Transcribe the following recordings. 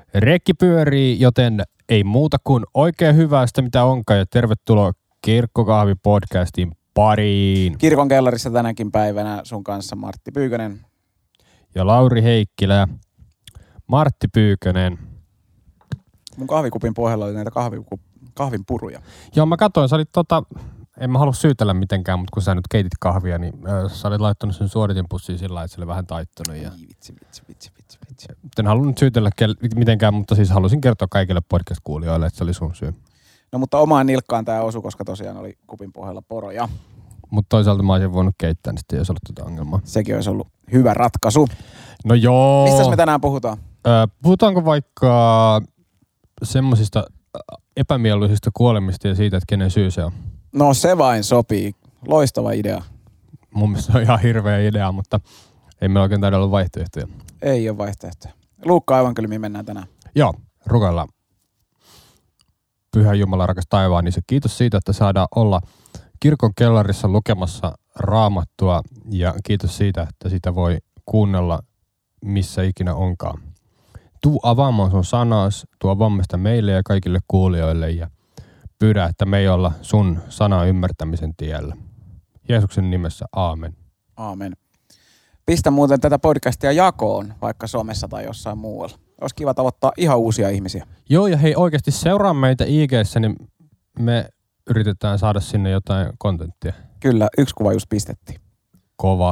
Rekki pyörii, joten ei muuta kuin oikein hyvää sitä mitä onkaan ja tervetuloa Kirkkokahvi-podcastin pariin. Kirkon kellarissa tänäkin päivänä sun kanssa Martti Pyykönen. Ja Lauri Heikkilä. Martti Pyykönen. Mun kahvikupin pohjalla oli näitä kahvin puruja. Joo, mä katsoin, sä olit en mä halua syytellä mitenkään, mutta kun sä nyt keitit kahvia, niin sä olit laittanut sen suoritinpussiin sillä lailla, että se oli vähän taittunut. Ja... Vitsi. En halua nyt syytellä mitenkään, mutta siis halusin kertoa kaikille podcast-kuulijoille, että se oli sun syy. No mutta omaan nilkkaan tää osui, koska tosiaan oli kupin pohjalla poroja. Mutta toisaalta mä olisin voinut keittää, niin sitten ei olisi ollut tätä ongelmaa. Sekin olisi ollut hyvä ratkaisu. No joo. Mistäs me tänään puhutaan? Puhutaanko vaikka semmosista epämieluisista kuolemista ja siitä, että kenen syy se on? No se vain sopii. Loistava idea. Mun mielestä se on ihan hirveä idea, mutta ei meillä oikein taida olla vaihtoehtoja. Ei ole vaihtoehtoja. Luukkaan evankeliumiin mennään tänään. Joo, rukoillaan. Pyhä Jumala, rakas taivaan, isä, kiitos siitä, että saadaan olla kirkon kellarissa lukemassa Raamattua ja kiitos siitä, että sitä voi kuunnella missä ikinä onkaan. Tuu avaamaan sun sanas, tuo avaamaan sitä meille ja kaikille kuulijoille ja pyydä, että me ei olla sun sanan ymmärtämisen tiellä. Jeesuksen nimessä, aamen. Aamen. Pistä muuten tätä podcastia jakoon, vaikka somessa tai jossain muualla. Olisi kiva tavoittaa ihan uusia ihmisiä. Joo, ja hei oikeasti seuraa meitä IG:ssä, niin me yritetään saada sinne jotain kontenttia. Kyllä, yksi kuva just pistettiin. Kova.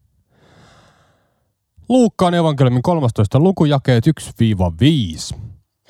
Luukkaan evankeliumin 13. luku jakeet 1-5.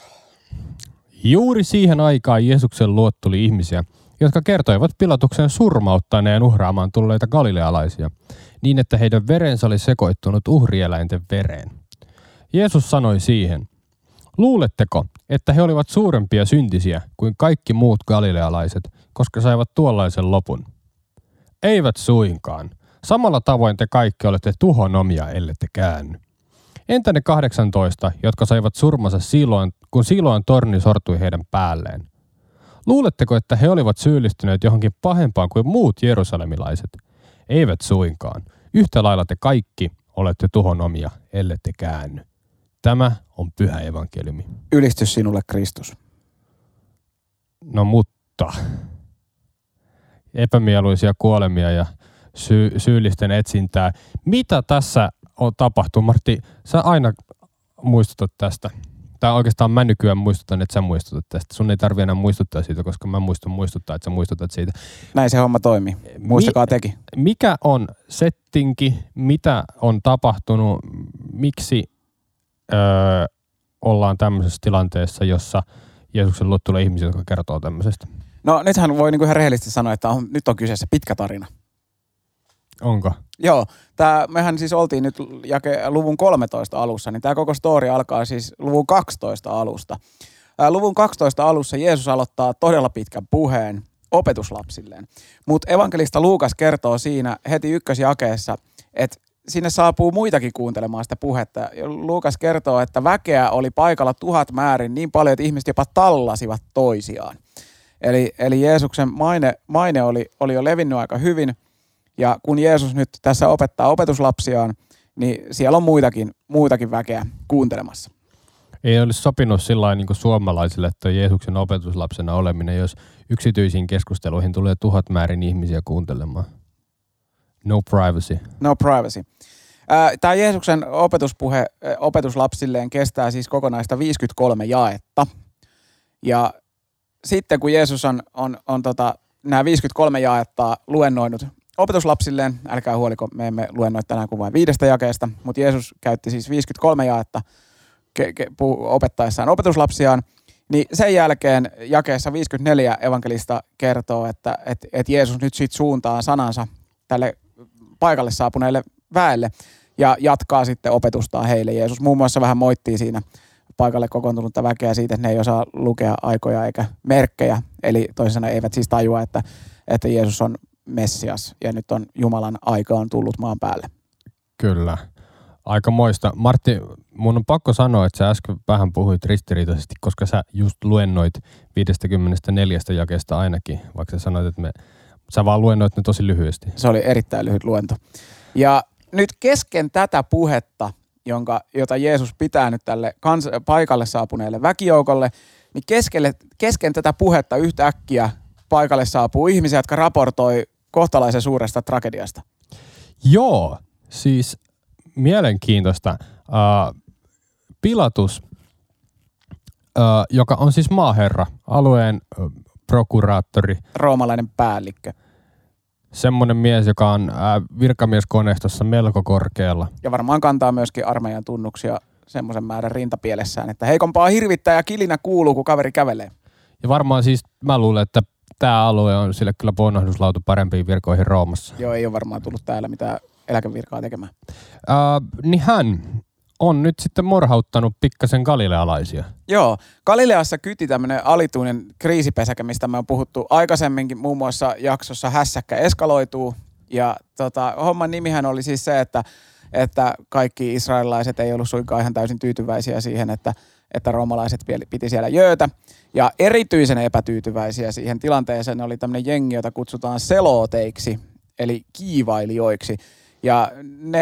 Juuri siihen aikaan Jeesuksen luo tuli ihmisiä, jotka kertoivat Pilatuksen surmauttaneen uhraamaan tulleita galilealaisia, niin että heidän verensä oli sekoittunut uhrieläinten vereen. Jeesus sanoi siihen, luuletteko, että he olivat suurempia syntisiä kuin kaikki muut galilealaiset, koska saivat tuollaisen lopun? Eivät suinkaan. Samalla tavoin te kaikki olette tuhonomia, ellette käänny. Entä ne 18, jotka saivat surmansa silloin, kun Siloan torni sortui heidän päälleen? Luuletteko, että he olivat syyllistyneet johonkin pahempaan kuin muut jerusalemilaiset? Eivät suinkaan. Yhtä lailla te kaikki olette tuhonomia, ellette käänny. Tämä on pyhä evankeliumi. Ylistys sinulle, Kristus. No mutta. Epämieluisia kuolemia ja syyllisten etsintää. Mitä tässä on tapahtunut? Martti, sä aina muistutat tästä. Tai oikeastaan mä nykyään muistutan, että sä muistutat tästä. Sun ei tarvitse enää muistuttaa siitä, koska mä muistuttaa, että sä muistutat siitä. Näin se homma toimii. Muistakaa teki. Mikä on settinki? Mitä on tapahtunut? Miksi ollaan tämmöisessä tilanteessa, jossa Jeesuksen luo tulee ihmisiä, jotka kertoo tämmöisestä? No nythän voi niinku ihan rehellisesti sanoa, että nyt on kyseessä pitkä tarina. Onko? Joo. Mehän siis oltiin nyt luvun 13 alussa, niin tämä koko story alkaa siis luvun 12 alusta. Luvun 12 alussa Jeesus aloittaa todella pitkän puheen opetuslapsilleen. Mutta evankelista Luukas kertoo siinä heti ykkösjakeessa, että sinne saapuu muitakin kuuntelemaan sitä puhetta. Luukas kertoo, että väkeä oli paikalla 1000 määrin niin paljon, että ihmiset jopa tallasivat toisiaan. Eli Jeesuksen maine oli jo levinnyt aika hyvin. Ja kun Jeesus nyt tässä opettaa opetuslapsiaan, niin siellä on muitakin väkeä kuuntelemassa. Ei olisi sopinut sillain niin kuin suomalaisille, että Jeesuksen opetuslapsena oleminen, jos yksityisiin keskusteluihin tulee 1000 määrin ihmisiä kuuntelemaan. No privacy. No privacy. Tämä Jeesuksen opetuspuhe opetuslapsilleen kestää siis kokonaista 53 jaetta. Ja sitten kun Jeesus on nämä 53 jaetta luennoinut opetuslapsilleen, älkää huoliko, me emme luennoi tänään kuin vain 5 jakeesta, mutta Jeesus käytti siis 53 jaetta opettaessaan opetuslapsiaan, niin sen jälkeen jakeessa 54 evankelista kertoo, että Jeesus nyt sitten suuntaa sanansa tälle paikalle saapuneelle väelle ja jatkaa sitten opetustaan heille. Jeesus muun muassa vähän moittii siinä paikalle kokoontunutta väkeä siitä, että ne ei osaa lukea aikoja eikä merkkejä, eli toisin sanoen eivät siis tajua, että Jeesus on Messias ja nyt on Jumalan aika on tullut maan päälle. Kyllä. Aika moista. Martti, mun on pakko sanoa, että sä äsken vähän puhuit ristiriitaisesti, koska sä just luennoit 54 jakeesta ainakin, vaikka sä sanoit, että sä vaan luennoit ne tosi lyhyesti. Se oli erittäin lyhyt luento. Ja nyt kesken tätä puhetta jota Jeesus pitää nyt tälle paikalle saapuneelle väkijoukolle, niin kesken tätä puhetta yhtäkkiä paikalle saapuu ihmisiä, jotka raportoi kohtalaisen suuresta tragediasta. Joo, siis mielenkiintoista. Pilatus, joka on siis maaherra, alueen prokuraattori. Roomalainen päällikkö. Semmoinen mies, joka on virkamieskoneistossa melko korkealla. Ja varmaan kantaa myöskin armeijan tunnuksia semmoisen määrän rintapielessään, että heikompaa hirvittää ja kilinä kuuluu, kun kaveri kävelee. Ja varmaan siis mä luulen, että tämä alue on sille kyllä ponnahduslautu parempiin virkoihin Roomassa. Joo, ei ole varmaan tullut täällä mitään eläkevirkaa tekemään. Niin hän on nyt sitten morhauttanut pikkasen galilealaisia. Joo, Galileassa kyti tämmöinen alituinen kriisipesäke, mistä me on puhuttu aikaisemminkin, muun muassa jaksossa Hässäkkä eskaloituu. Ja homman nimihän oli siis se, että kaikki israelilaiset ei ollut suinkaan ihan täysin tyytyväisiä siihen, että roomalaiset piti siellä jöötä. Ja erityisen epätyytyväisiä siihen tilanteeseen oli tämmöinen jengi, jota kutsutaan selooteiksi, eli kiivailijoiksi. Ja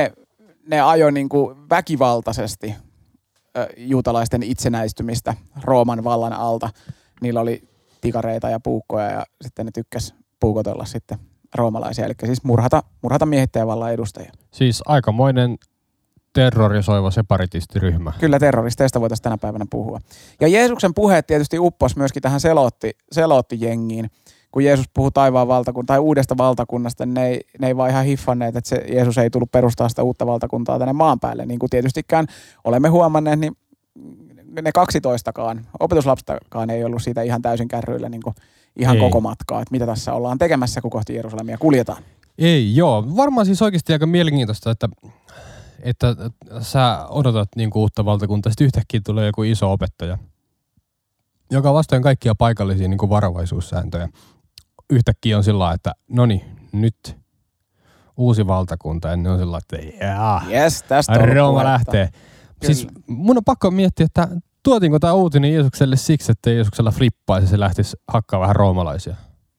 ne ajoi niin kuin väkivaltaisesti juutalaisten itsenäistymistä Rooman vallan alta. Niillä oli tikareita ja puukkoja ja sitten ne tykkäs puukotella sitten roomalaisia, eli siis murhata miehittäjävallan edustajia. Siis aikamoinen terrorisoiva separatistiryhmä. Kyllä terroristeista voitaisiin tänä päivänä puhua. Ja Jeesuksen puheet tietysti uppos myöskin tähän seloottijengiin. Kun Jeesus puhui taivaan tai uudesta valtakunnasta, niin ne ei vaan ihan hiffanneet, että Jeesus ei tullut perustaa sitä uutta valtakuntaa tänne maan päälle. Niin kuin tietystikään olemme huomanneet, niin ne 12kaan, opetuslapsistakaan ei ollut siitä ihan täysin kärryillä niin kuin ihan koko matkaa, että mitä tässä ollaan tekemässä, kun kohti Jerusalemia kuljetaan. Ei, joo. Varmaan siis oikeasti aika mielenkiintoista, että sä odotat niin kuin uutta valtakuntaa, sitten yhtäkkiä tulee joku iso opettaja, joka vastoin kaikkia paikallisia niin kuin varovaisuussääntöjä. Yhtäkkiä on sillä, että noni, nyt uusi valtakunta, ja ne on sillä, että yes, tästä Rooma lähtee. Kyllä. Siis mun on pakko miettiä, että tuotiinko tämä uutinen Jeesukselle siksi, että Jeesuksella flippaisi ja se lähtisi hakkaa vähän roomalaisia?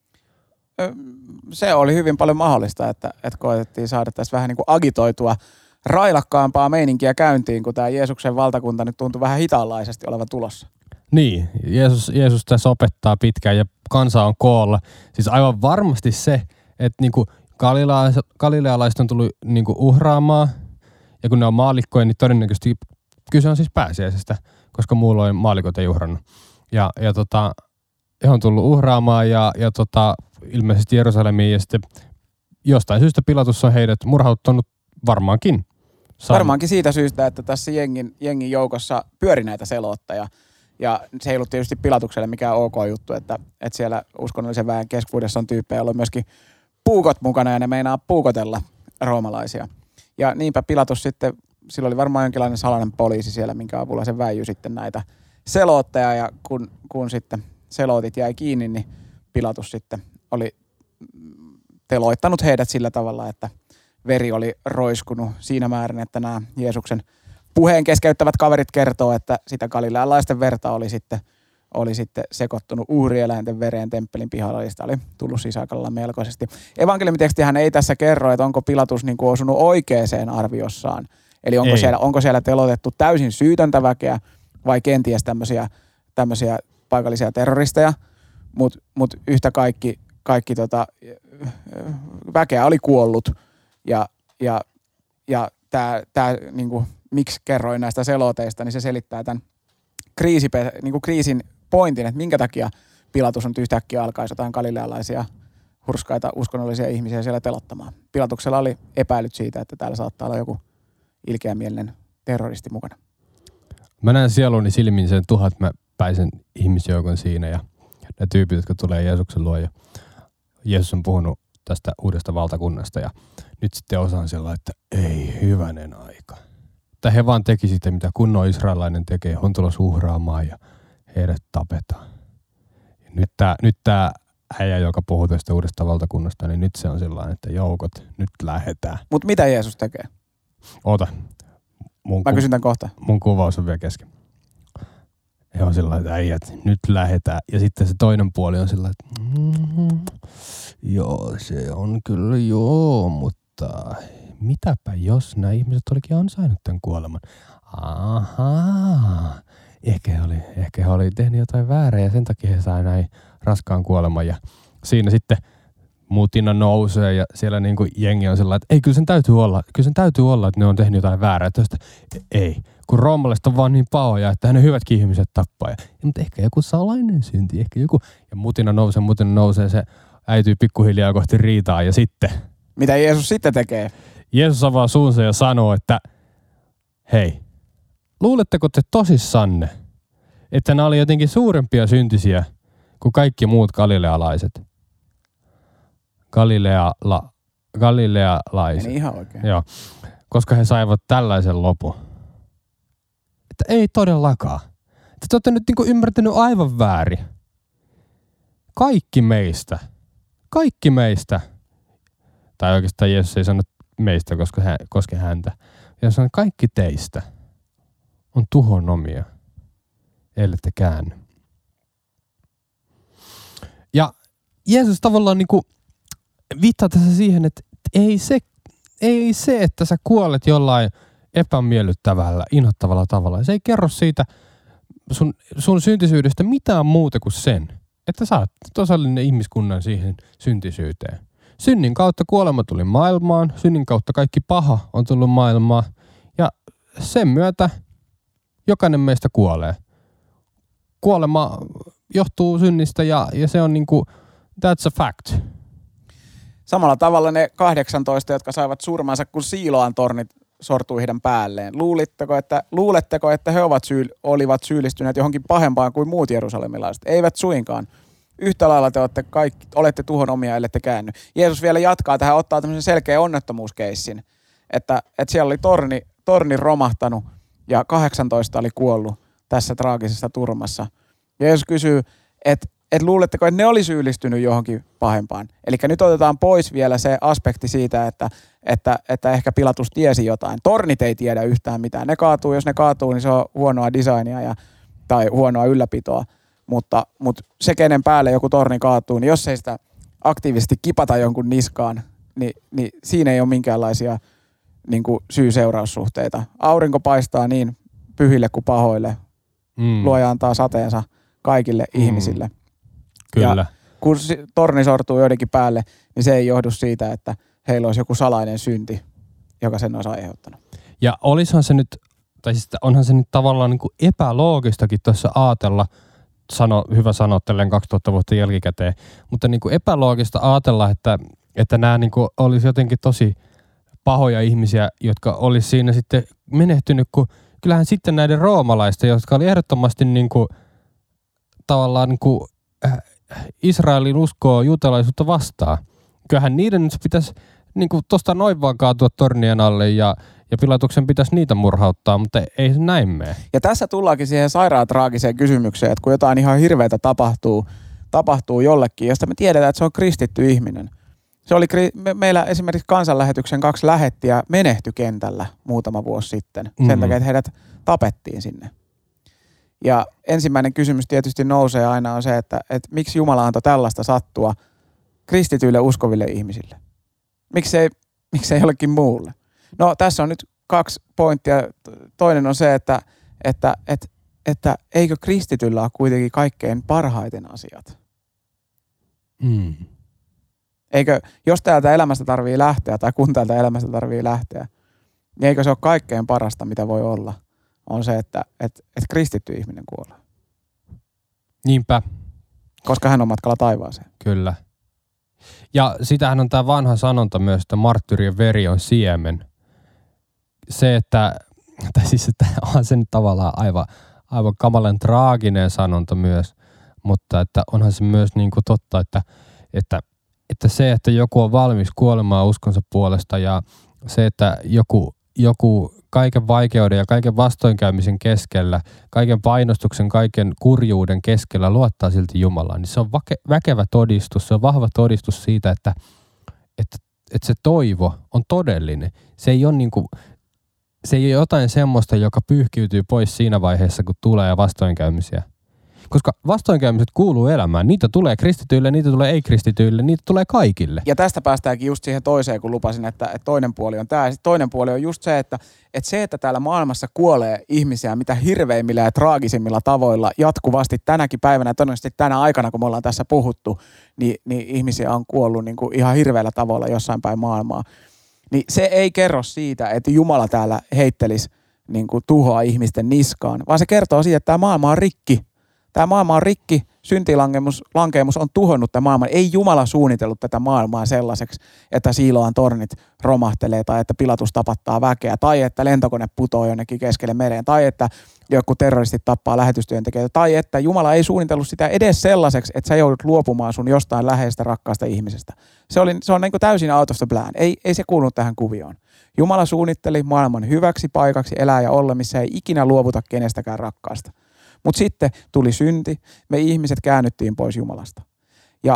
Se oli hyvin paljon mahdollista, että koetettiin saada tässä vähän niin kuin agitoitua railakkaampaa meininkiä käyntiin, kun tämä Jeesuksen valtakunta nyt tuntui vähän hitaanlaisesti olevan tulossa. Niin, Jeesus tässä opettaa pitkään ja kansa on koolla. Siis aivan varmasti se, että niinku galilealaiset on tullut niinku uhraamaan ja kun ne on maallikkoja, niin todennäköisesti kyse on siis pääsiäisestä, koska muulloin maallikot ei uhrannut. Ja he on tullut uhraamaan ja ilmeisesti Jerusalemiin ja sitten jostain syystä Pilatus on heidät murhauttanut varmaankin. Varmaankin siitä syystä, että tässä jengin joukossa pyöri näitä seloottajia. Ja se ei ollut tietysti Pilatukselle mikään ok juttu, että siellä uskonnollisen väen keskuudessa on tyyppejä, joilla on myöskin puukot mukana ja ne meinaa puukotella roomalaisia. Ja niinpä Pilatus sitten, sillä oli varmaan jonkinlainen salainen poliisi siellä, minkä avulla se väijyi sitten näitä seloottajia. Ja kun sitten selootit jäi kiinni, niin Pilatus sitten oli teloittanut heidät sillä tavalla, että veri oli roiskunut siinä määrin, että nämä Jeesuksen puheen keskeyttävät kaverit kertoo, että sitä galilealaisten verta oli sitten sekoittunut uhrieläinten vereen temppelin pihalla, ja sitä oli tullut sisäkalla melkoisesti. Evankeliumitekstihän ei tässä kerro, että onko Pilatus niin kuin osunut oikeaan arviossaan. Eli onko siellä teloitettu täysin syytöntä väkeä vai kenties tämmöisiä paikallisia terroristeja, mut yhtä kaikki väkeä oli kuollut ja tämä niinku miksi kerroin näistä seloteista, niin se selittää tämän kriisin pointin, että minkä takia Pilatus on yhtäkkiä alkaisi jotain galilealaisia hurskaita uskonnollisia ihmisiä siellä telottamaan. Pilatuksella oli epäilyt siitä, että täällä saattaa olla joku ilkeämielinen terroristi mukana. Mä näen sieluni silmin sen 1000-päisen ihmisjoukon siinä ja ne tyypit, jotka tulee Jeesuksen luo ja Jeesus on puhunut tästä uudesta valtakunnasta ja nyt sitten osaan sillä, että ei hyvänen aika. Että he vaan teki sitten, mitä kunnon israelainen tekee, on tulossa uhraamaan ja heidät tapetaan. Ja nyt tää äijä, joka puhuu tästä uudesta valtakunnasta, niin nyt se on sellainen, että joukot, nyt lähdetään. Mutta mitä Jeesus tekee? Oota. Mä kysyn tämän kohta. Mun kuvaus on vielä kesken. He on sellainen, että äijät, nyt lähdetään. Ja sitten se toinen puoli on sellainen, että joo, se on kyllä joo, mutta mitäpä jos nämä ihmiset olikin ansainnut tämän kuoleman. Ahaa, ehkä he oli tehnyt jotain väärää ja sen takia he sai näin raskaan kuoleman. Ja siinä sitten mutina nousee ja siellä niinku jengi on sellainen, että ei, kyllä sen täytyy olla, että ne on tehnyt jotain väärää. Tästä, ei, kun roomalaiset on vaan niin pahoja, että hänen hyvätkin ihmiset tappaa. Mutta ehkä joku salainen synti, ehkä joku. Ja mutina nousee, se äityy pikkuhiljaa kohti riitaa ja sitten. Mitä Jeesus sitten tekee? Jeesus avaa suunsa ja sanoo, että hei, luuletteko te tosissanne, että nämä oli jotenkin suurempia syntisiä kuin kaikki muut galilealaiset? Galilealaiset. Meni ihan oikein. Joo, koska he saivat tällaisen lopun. Että ei todellakaan. Että te olette nyt niinku ymmärtänyt aivan väärin. Kaikki meistä, tai oikeastaan Jeesus ei sano meistä, koska hän koskee häntä. Ja sanoo, kaikki teistä on tuhon omia, ellette käänny. Ja Jeesus tavallaan niinku viittaa tässä siihen, että ei se, että sä kuolet jollain epämiellyttävällä, inhottavalla tavalla. Se ei kerro siitä sun syntisyydestä mitään muuta kuin sen, että sä oot osallinen ihmiskunnan siihen syntisyyteen. Synnin kautta kuolema tuli maailmaan, synnin kautta kaikki paha on tullut maailmaan ja sen myötä jokainen meistä kuolee. Kuolema johtuu synnistä ja se on niinku, that's a fact. Samalla tavalla ne 18, jotka saivat surmansa, kun Siiloan tornit sortui heidän päälleen. Luuletteko, että he olivat syyllistyneet johonkin pahempaan kuin muut jerusalemilaiset? Eivät suinkaan. Yhtä lailla te olette tuhon omia, ellette käänny. Jeesus vielä jatkaa tähän, ottaa tämmöisen selkeä onnettomuuskeissin, että siellä oli torni romahtanut ja 18 oli kuollut tässä traagisessa turmassa. Ja Jeesus kysyy, että luuletteko, että ne oli syyllistynyt johonkin pahempaan. Eli nyt otetaan pois vielä se aspekti siitä, että ehkä Pilatus tiesi jotain. Tornit ei tiedä yhtään mitään. Ne kaatuu, jos ne kaatuu, niin se on huonoa designia tai huonoa ylläpitoa. Mutta se, kenen päälle joku torni kaatuu, niin jos ei sitä aktiivisesti kipata jonkun niskaan, niin siinä ei ole minkäänlaisia niin kuin syy-seuraussuhteita. Aurinko paistaa niin pyhille kuin pahoille. Luoja antaa sateensa kaikille ihmisille. Kyllä. Ja kun torni sortuu joidenkin päälle, niin se ei johdu siitä, että heillä olisi joku salainen synti, joka sen olisi aiheuttanut. Ja onhan se nyt tavallaan niin kuin epäloogistakin tuossa ajatella, hyvä sanoa tälleen 2000 vuotta jälkikäteen, mutta niin kuin epäloogista ajatella, että nämä niin kuin olisi jotenkin tosi pahoja ihmisiä, jotka olisi siinä sitten menehtynyt, kun kyllähän sitten näiden roomalaisten, jotka oli ehdottomasti niin kuin, tavallaan niin kuin, Israelin uskoa juutalaisuutta vastaan. Kyllähän niiden nyt pitäisi niin kuin tosta noin vaan kaatua tornien alle ja Pilatuksen pitäisi niitä murhauttaa, mutta ei se näin mene. Ja tässä tullaankin siihen sairaan traagiseen kysymykseen, että kun jotain ihan hirveätä tapahtuu jollekin, josta me tiedetään, että se on kristitty ihminen. Se oli meillä esimerkiksi kansanlähetyksen 2 lähettiä menehtyi kentällä muutama vuosi sitten. Sen takia, että heidät tapettiin sinne. Ja ensimmäinen kysymys tietysti nousee aina on se, että miksi Jumala antoi tällaista sattua kristityille uskoville ihmisille? Miksei jollekin muulle? No tässä on nyt 2 pointtia. Toinen on se, että eikö kristityllä ole kuitenkin kaikkein parhaiten asiat? Eikö, jos täältä elämästä tarvii lähteä tai kun täältä elämästä tarvii lähteä, niin eikö se ole kaikkein parasta, mitä voi olla? On se, että kristitty ihminen kuolee. Niinpä. Koska hän on matkalla taivaaseen. Kyllä. Ja sitähän on tämä vanha sanonta myös, että marttyyrien veri on siemen. Se, että onhan se nyt tavallaan aivan kamalan traaginen sanonta myös, mutta että onhan se myös niin kuin totta, että se, että joku on valmis kuolemaan uskonsa puolesta ja se, että joku kaiken vaikeuden ja kaiken vastoinkäymisen keskellä, kaiken painostuksen, kaiken kurjuuden keskellä luottaa silti Jumalaan, niin se on väkevä todistus, se on vahva todistus siitä, että se toivo on todellinen. Se ei ole jotain semmoista, joka pyyhkiytyy pois siinä vaiheessa, kun tulee vastoinkäymisiä. Koska vastoinkäymiset kuuluu elämään. Niitä tulee kristityille, niitä tulee ei-kristityille, niitä tulee kaikille. Ja tästä päästäänkin just siihen toiseen, kun lupasin, että toinen puoli on tämä. Toinen puoli on just se, että täällä maailmassa kuolee ihmisiä mitä hirveimmillä ja traagisimmilla tavoilla jatkuvasti tänäkin päivänä, todennäköisesti tänä aikana, kun me ollaan tässä puhuttu, niin ihmisiä on kuollut niin kuin ihan hirveillä tavoilla jossain päin maailmaa. Niin se ei kerro siitä, että Jumala täällä heittelisi niin kuin tuhoa ihmisten niskaan, vaan se kertoo siitä, että tämä maailma on rikki. Tämä maailma on rikki, syntilankeemus on tuhonnut tämän maailman. Ei Jumala suunnitellut tätä maailmaa sellaiseksi, että Siiloan tornit romahtelee tai että Pilatus tapattaa väkeä tai että lentokone putoo jonnekin keskelle mereen tai että joku terroristit tappaa lähetystyöntekijöitä tai että Jumala ei suunnitellut sitä edes sellaiseksi, että sä joudut luopumaan sun jostain läheistä rakkaasta ihmisestä. Se on niin kuin täysin out of the plan. Ei se kuulunut tähän kuvioon. Jumala suunnitteli maailman hyväksi paikaksi elää ja olla, missä ei ikinä luovuta kenestäkään rakkaasta. Mutta sitten tuli synti, me ihmiset käännyttiin pois Jumalasta. Ja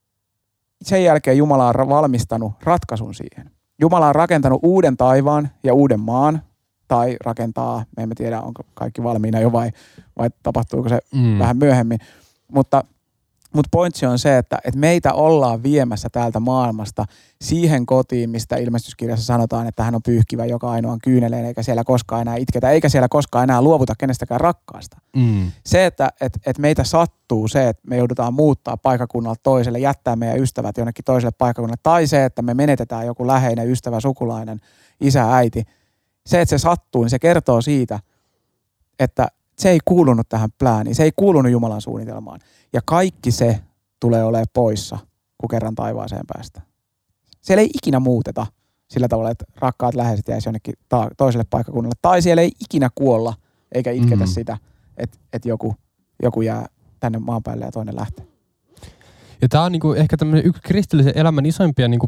sen jälkeen Jumala on valmistanut ratkaisun siihen. Jumala on rakentanut uuden taivaan ja uuden maan, tai rakentaa, me emme tiedä onko kaikki valmiina jo vai tapahtuuko se vähän myöhemmin. Mutta pointsi on se, että meitä ollaan viemässä täältä maailmasta siihen kotiin, mistä ilmestyskirjassa sanotaan, että hän on pyyhkivä joka ainoan kyyneleen, eikä siellä koskaan enää itketä, eikä siellä koskaan enää luovuta kenestäkään rakkaasta. Se, että meitä sattuu se, että me joudutaan muuttaa paikakunnalta toiselle, jättää meidän ystävät jonnekin toiselle paikakunnalle, tai se, että me menetetään joku läheinen ystävä, sukulainen, isä, äiti. Se, että se sattuu, niin se kertoo siitä, että se ei kuulunut tähän plääniin, se ei kuulunut Jumalan suunnitelmaan. Ja kaikki se tulee olemaan poissa, kun kerran taivaaseen päästään. Siellä ei ikinä muuteta sillä tavalla, että rakkaat läheiset jäisi jonnekin toiselle paikkakunnalle. Tai siellä ei ikinä kuolla, eikä itketä sitä, että joku jää tänne maan päälle ja toinen lähtee. Ja tämä on niinku ehkä tämmöinen yksi kristillisen elämän isoimpia niinku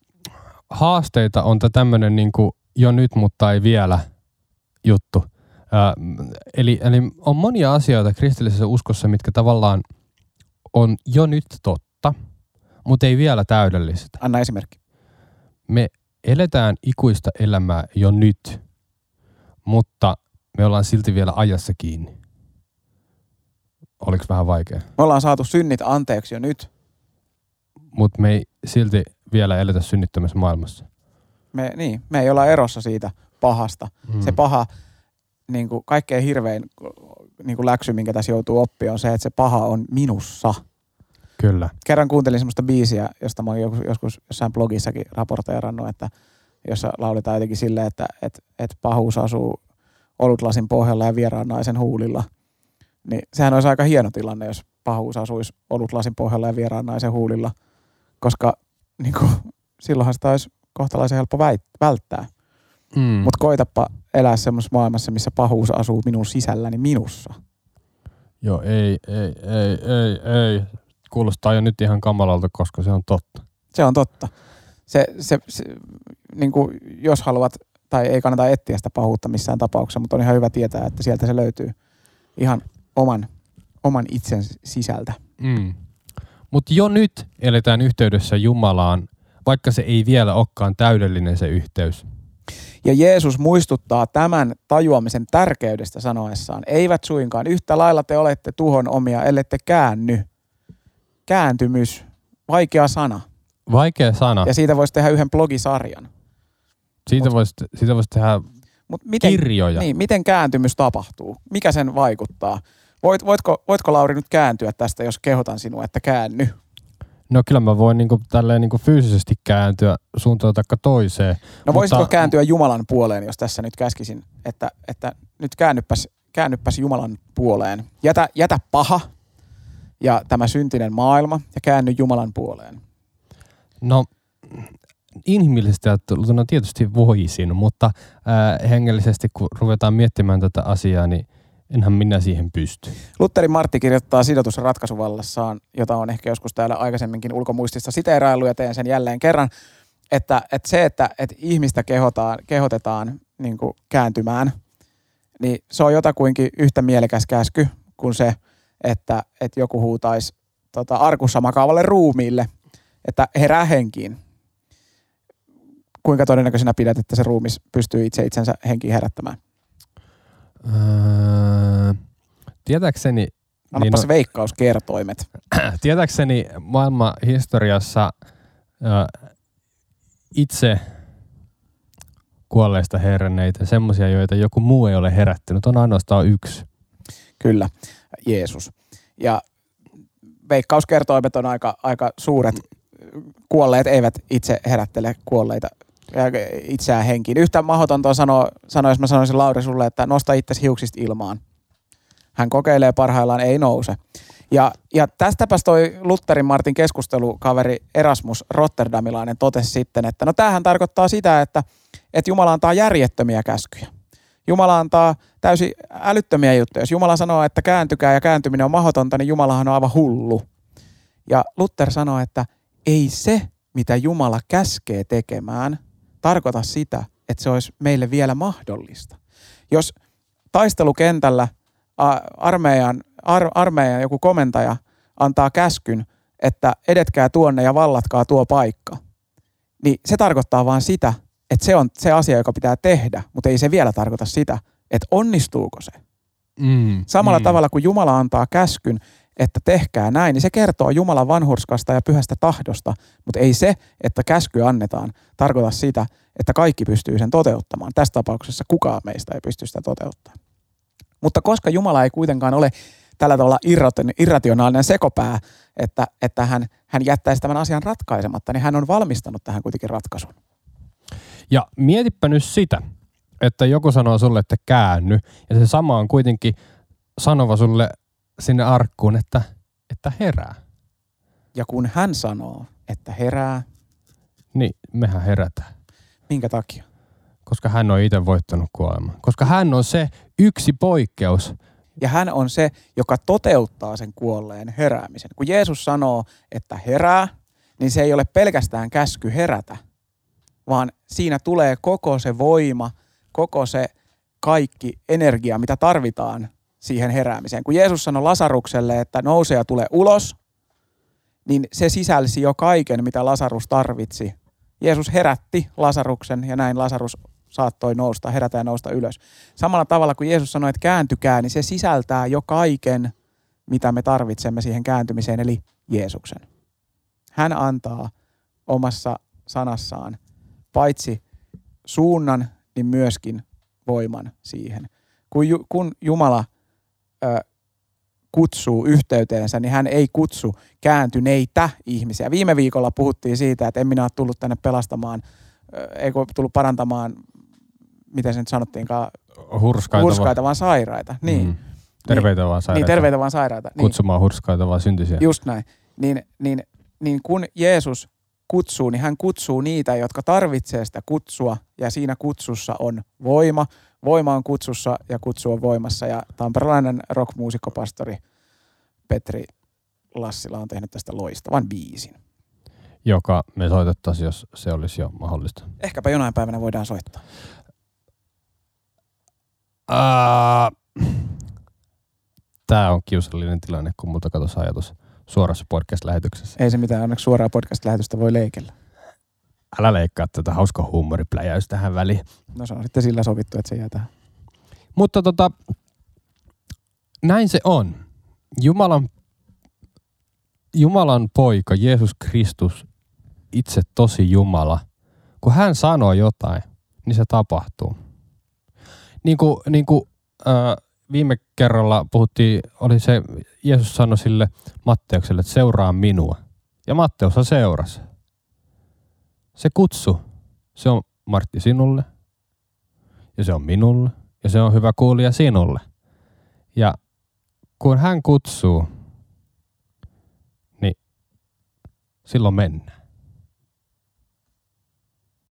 haasteita on tämmöinen niinku jo nyt, mutta ei vielä juttu. Eli on monia asioita kristillisessä uskossa, mitkä tavallaan on jo nyt totta, mutta ei vielä täydellistä. Anna esimerkki. Me eletään ikuista elämää jo nyt, mutta me ollaan silti vielä ajassa kiinni. Oliko vähän vaikea? Me ollaan saatu synnit anteeksi jo nyt. Mutta me ei silti vielä eletä synnittömässä maailmassa. Me ei olla erossa siitä pahasta. Se paha, niin kuin kaikkein hirvein niin kuin läksy, minkä tässä joutuu oppimaan, on se, että se paha on minussa. Kyllä. Kerran kuuntelin semmoista biisiä, josta mä oon joskus jossain blogissakin raportoirannut, että jossa lauletaan jotenkin silleen, että pahuus asuu olutlasin pohjalla ja vieraan naisen huulilla. Niin sehän olisi aika hieno tilanne, jos pahuus asuisi olutlasin pohjalla ja vieraan naisen huulilla, koska niin kuin, silloinhan sitä olisi kohtalaisen helppo välttää. Mutta koitapa elää semmoisessa maailmassa, missä pahuus asuu minun sisälläni minussa. Joo, ei. Kuulostaa jo nyt ihan kamalalta, koska se on totta. Se on totta. Se niin kuin, jos haluat, tai ei kannata etsiä sitä pahuutta missään tapauksessa, mutta on ihan hyvä tietää, että sieltä se löytyy ihan oman itsen sisältä. Mutta jo nyt eletään yhteydessä Jumalaan, vaikka se ei vielä olekaan täydellinen se yhteys. Ja Jeesus muistuttaa tämän tajuamisen tärkeydestä sanoessaan, eivät suinkaan, yhtä lailla te olette tuhon omia, ellette käänny. Kääntymys, vaikea sana. Vaikea sana. Ja siitä voisi tehdä yhden blogisarjan. Siitä voisi tehdä kirjoja. Niin, miten kääntymys tapahtuu? Mikä sen vaikuttaa? Voitko Lauri nyt kääntyä tästä, jos kehotan sinua, että käänny? No kyllä mä voin tälleen fyysisesti kääntyä suuntaan taikka toiseen. No voisitko kääntyä Jumalan puoleen, jos tässä nyt käskisin, että nyt käännyppäs Jumalan puoleen. Jätä paha ja tämä syntinen maailma ja käänny Jumalan puoleen. No inhimillisesti ajattelutuna tietysti voisin, mutta hengellisesti kun ruvetaan miettimään tätä asiaa, niin enhän minä siihen pysty. Lutherin Martti kirjoittaa sidotusratkaisuvallassaan, jota on ehkä joskus täällä aikaisemminkin ulkomuistissa siteerailu ja teen sen jälleen kerran, että ihmistä kehotetaan niin kuin kääntymään, niin se on jotakuinkin yhtä mielekäs käsky kuin se, että joku huutaisi arkussa makaavalle ruumiille, että herää henkiin. Kuinka todennäköisenä pidät, että se ruumis pystyy itsensä henkiin herättämään? Tietääkseni Annapas veikkauskertoimet. Tietääkseni maailman historiassa itse kuolleista heränneitä, semmoisia, joita joku muu ei ole herättänyt, on ainoastaan yksi. Kyllä, Jeesus. Ja veikkauskertoimet on aika suuret. Kuolleet eivät itse herättele kuolleita itseään henkiin. Yhtä mahdotonta on sanoa, jos mä sanoisin Lauri sulle, että nosta itsesi hiuksista ilmaan. Hän kokeilee parhaillaan, ei nouse. Ja tästäpäs toi Lutherin Martin keskustelukaveri Erasmus Rotterdamilainen totesi sitten, että no tämähän tarkoittaa sitä, että Jumala antaa järjettömiä käskyjä. Jumala antaa täysin älyttömiä juttuja. Jos Jumala sanoo, että kääntykää ja kääntyminen on mahdotonta, niin Jumalahan on aivan hullu. Ja Luther sanoi, että ei se, mitä Jumala käskee tekemään, tarkoita sitä, että se olisi meille vielä mahdollista. Jos taistelukentällä armeijan joku komentaja antaa käskyn, että edetkää tuonne ja vallatkaa tuo paikka, niin se tarkoittaa vaan sitä, että se on se asia, joka pitää tehdä, mutta ei se vielä tarkoita sitä, että onnistuuko se. Samalla tavalla kuin Jumala antaa käskyn, että tehkää näin, niin se kertoo Jumalan vanhurskasta ja pyhästä tahdosta, mutta ei se, että käsky annetaan, tarkoita sitä, että kaikki pystyy sen toteuttamaan. Tässä tapauksessa kukaan meistä ei pysty sitä toteuttamaan. Mutta koska Jumala ei kuitenkaan ole tällä tavalla irrationaalinen sekopää, että hän jättäisi tämän asian ratkaisematta, niin hän on valmistanut tähän kuitenkin ratkaisun. Ja mietipä nyt sitä, että joku sanoo sulle, että käänny, ja se sama on kuitenkin sanova sulle sinne arkkuun, että herää. Ja kun hän sanoo, että herää, niin mehän herätään. Minkä takia? Koska hän on itse voittanut kuoleman. Koska hän on se yksi poikkeus. Ja hän on se, joka toteuttaa sen kuolleen heräämisen. Kun Jeesus sanoo, että herää, niin se ei ole pelkästään käsky herätä, vaan siinä tulee koko se voima, koko se kaikki energia, mitä tarvitaan siihen heräämiseen. Kun Jeesus sanoi Lasarukselle, että nouse ja tule ulos, niin se sisälsi jo kaiken, mitä Lasarus tarvitsi. Jeesus herätti Lasaruksen ja näin Lasarus saattoi nousta, herätä ja nousta ylös. Samalla tavalla kuin Jeesus sanoi, että kääntykää, niin se sisältää jo kaiken, mitä me tarvitsemme siihen kääntymiseen, eli Jeesuksen. Hän antaa omassa sanassaan paitsi suunnan, niin myöskin voiman siihen. Kun Jumala kutsuu yhteyteensä, niin hän ei kutsu kääntyneitä ihmisiä. Viime viikolla puhuttiin siitä, että en minä ole tullut tänne pelastamaan, ei tullut parantamaan, miten se nyt sanottiinkaan, hurskaita vaan sairaita. Niin. Terveitä vaan sairaita. Niin, terveitä vaan sairaita. Kutsumaan hurskaita vaan syntisiä. Just näin. Niin kun Jeesus kutsuu, niin hän kutsuu niitä, jotka tarvitsee sitä kutsua, ja siinä kutsussa on voima. Voima on kutsussa ja kutsu on voimassa, ja tamperelainen rockmuusikkopastori Petri Lassila on tehnyt tästä loistavan biisin. Joka me soitettaisiin, jos se olisi jo mahdollista. Ehkäpä jonain päivänä voidaan soittaa. Tämä on kiusallinen tilanne, kun multa katosi ajatus suorassa podcast-lähetyksessä. Ei se mitään, onneksi suoraa podcast-lähetystä voi leikellä. Älä leikkaa tätä hauska huumoripläjäys tähän väliin. No se on sitten sillä sovittu, että se jää tähän. Mutta näin se on. Jumalan poika, Jeesus Kristus, itse tosi Jumala, kun hän sanoo jotain, niin se tapahtuu. Niin kuin viime kerralla puhuttiin, oli se, Jeesus sanoi sille Matteukselle, että seuraa minua. Ja Matteushan seurasi. Se kutsu, se on Martti sinulle, ja se on minulle, ja se on hyvä kuulija sinulle. Ja kun hän kutsuu, niin silloin mennään.